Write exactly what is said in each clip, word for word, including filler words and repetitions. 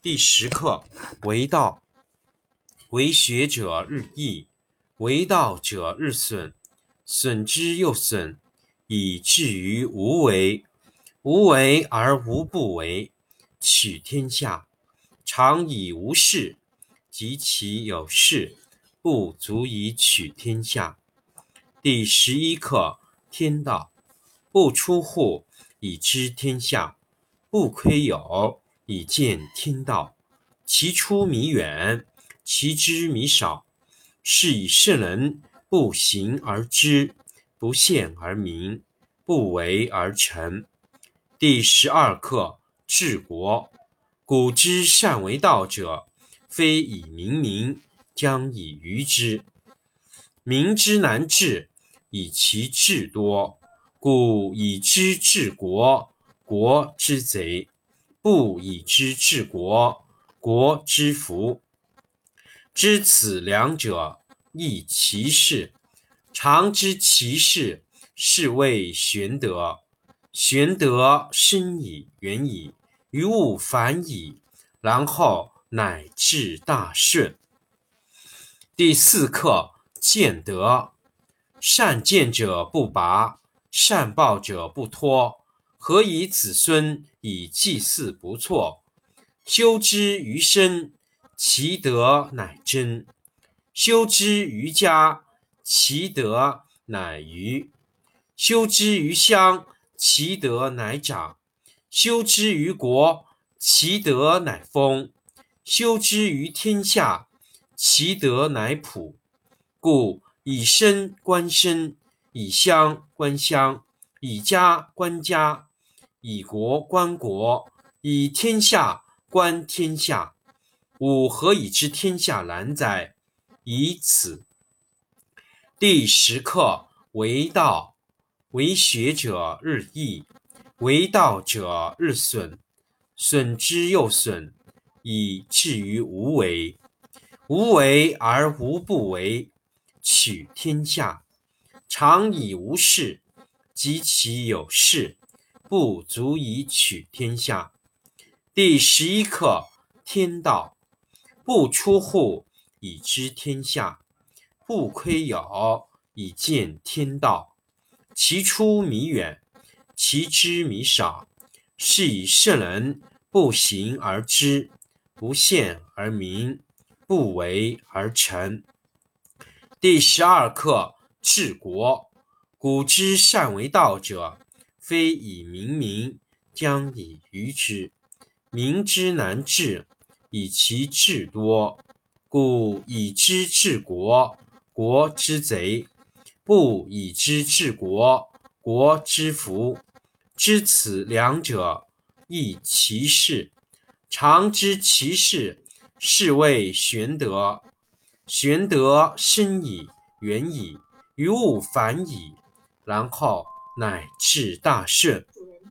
第十课为道，为学者日益，为道者日损，损之又损，以至于无为。无为而无不为，取天下常以无事，及其有事，不足以取天下。第十一课天道，不出户，以知天下；不窥有，以见天道。其出弥远，其知弥少。是以圣人不行而知，不见而明，不为而成。第十二课治国。古之善为道者，非以明民，将以愚之。民之难治，以其智多。故以知治国，国之贼；不以知治国，国之福。知此两者，亦其事。常知其事，是谓玄德。玄德深矣，远矣，于物反矣，然后乃至大顺。第四课见德。善见者不拔，善报者不脱。何以子孙以祭祀不辍？修之于身，其德乃真；修之于家，其德乃余；修之于乡，其德乃长；修之于国，其德乃丰；修之于天下，其德乃普。故以身观身，以乡观乡，以家观家，以国观国，以天下观天下。吾何以知天下然哉？以此。第十课为道，为学者日益，为道者日损，损之又损，以至于无为。无为而无不为，取天下常以无事，及其有事，不足以取天下。第十一课天道。不出户，以知天下；不窥有，以见天道。其出弥远，其知弥少。是以圣人不行而知，不见而明，不为而成。第十二课治国。古之善为道者，非以明民，将以愚之。民之难治，以其智多。故以知治国，国之贼；不以知治国，国之福。知此两者，亦其事。常知其事，是谓玄德。玄德深矣，远矣，于物反矣，然后乃至大顺。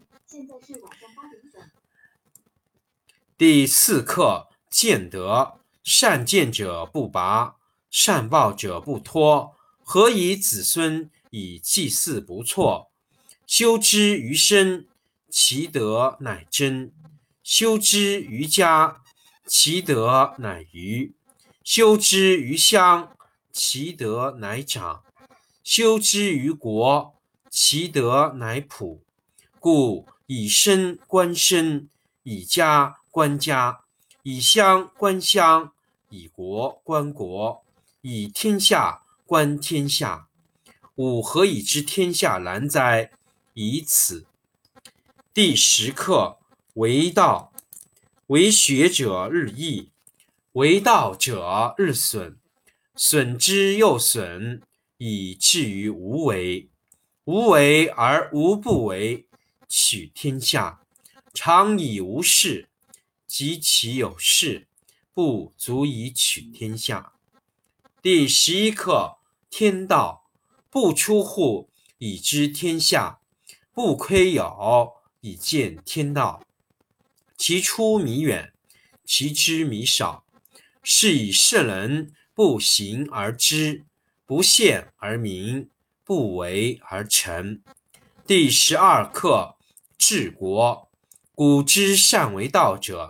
第四课见德。善见者不拔，善报者不脱。何以子孙以祭祀不辍？修之于身，其德乃真；修之于家，其德乃余；修之于乡，其德乃长；修之于国，其德乃普。故以身观身，以家观家，以乡观乡，以国观国，以天下观天下。吾何以知天下然哉？以此。第十课为道，为学者日益，为道者日损，损之又损，以至于无为。无为而无不为，取天下常以无事，及其有事，不足以取天下。第十一课天道。不出户，以知天下；不窥有，以见天道。其出弥远，其知弥少。是以圣人不行而知，不见而明，不为而成。第十二课治国。古之善为道者，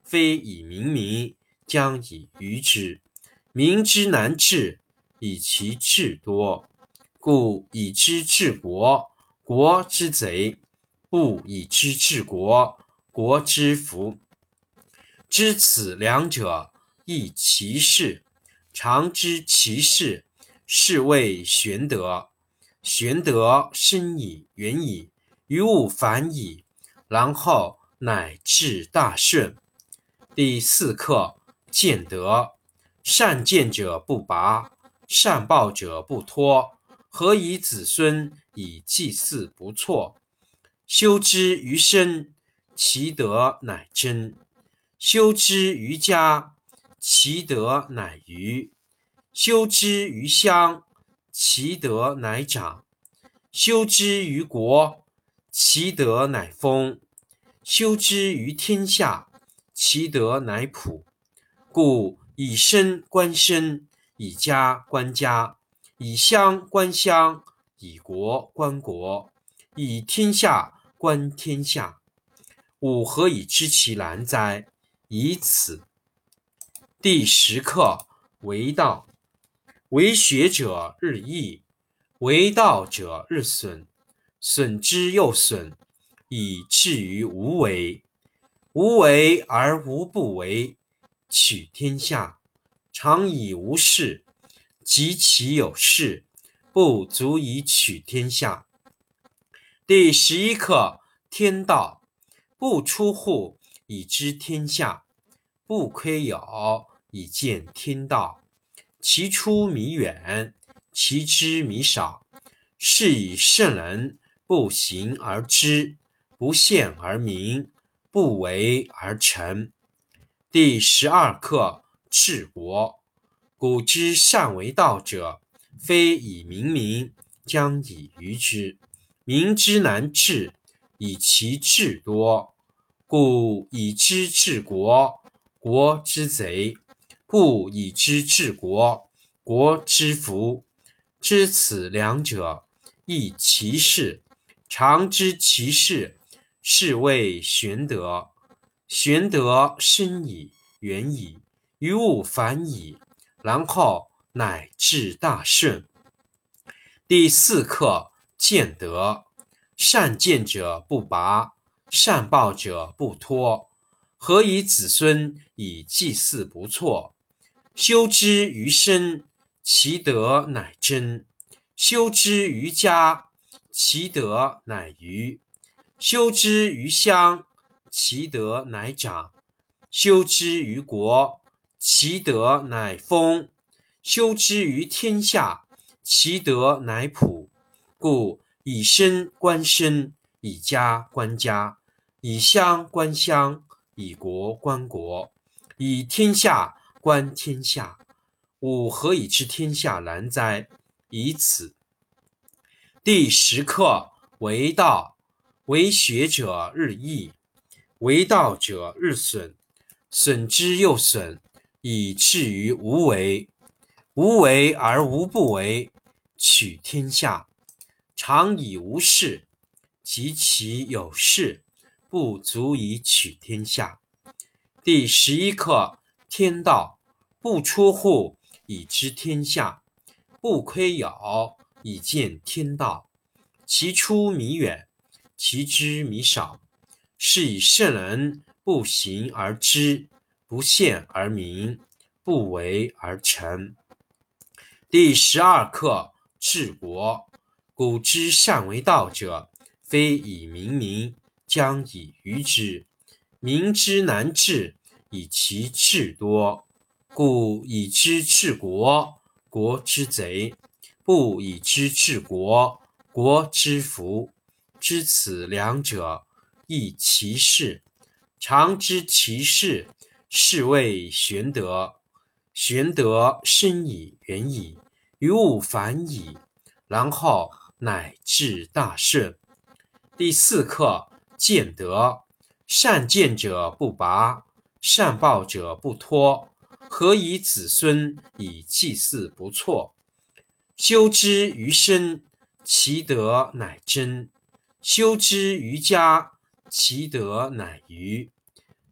非以明民，将以愚之。民之难治，以其智多。故以知治国，国之贼；不以知治国，国之福。知此两者，亦其事。常知其事，是谓玄德。玄德深矣，远矣，于物反矣，然后乃至大顺。第四课，见德。善见者不拔，善报者不脱。何以子孙以祭祀不辍？修之于身，其德乃真；修之于家，其德乃余；修之于乡，其德乃长；修之于国，其德乃丰；修之于天下，其德乃普。故以身观身，以家观家，以乡观乡，以国观国，以天下观天下。吾何以知其然哉？以此。第十课，为道。为学者日益，为道者日损，损之又损，以至于无为。无为而无不为，取天下常以无事，及其有事，不足以取天下。第十一课，天道。不出户，以知天下；不窥牖，以见天道。其出弥远，其知弥少。是以圣人不行而知，不见而明，不为而成。第十二课，治国。古之善为道者，非以明民，将以愚之。民之难治，以其智多。故以知治国，国之贼；不以知治国，国之福。知此两者，亦其事。常知其事，是谓玄德。玄德深矣，远矣，于物反矣，然后乃至大顺。第四课，见德。善见者不拔，善报者不脱。何以子孙以祭祀不辍？修之于身，其德乃真；修之于家，其德乃余；修之于乡，其德乃长；修之于国，其德乃丰；修之于天下，其德乃普。故以身观身，以家观家，以乡观乡，以国观国，以天下观天下。吾何以知天下然哉？以此。第十课，为道。为学者日益，为道者日损，损之又损，以至于无为。无为而无不为，取天下常以无事，及其有事，不足以取天下。第十一课，天道。不出户，以知天下；不窥牖，以见天道。其出弥远，其知弥少。是以圣人不行而知，不见而明，不为而成。第十二课，治国。古之善为道者，非以明民，将以愚之。民之难治，以其智多。故以知治国，国之贼；不以知治国，国之福。知此两者，亦其事。常知其事，是谓玄德。玄德深矣，远矣，于物反矣，然后乃至大顺。第四课，见德。善见者不拔，善报者不脱。何以子孙以祭祀不辍？修之于身，其德乃真；修之于家，其德乃余；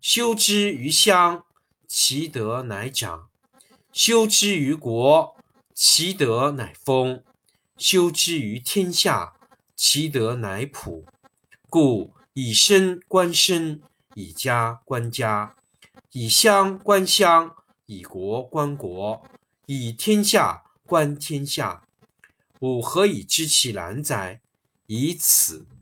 修之于乡，其德乃长；修之于国，其德乃丰；修之于天下，其德乃普。故以身观身，以家观家，以乡观乡，以国观国，以天下观天下。吾何以知其然哉？以此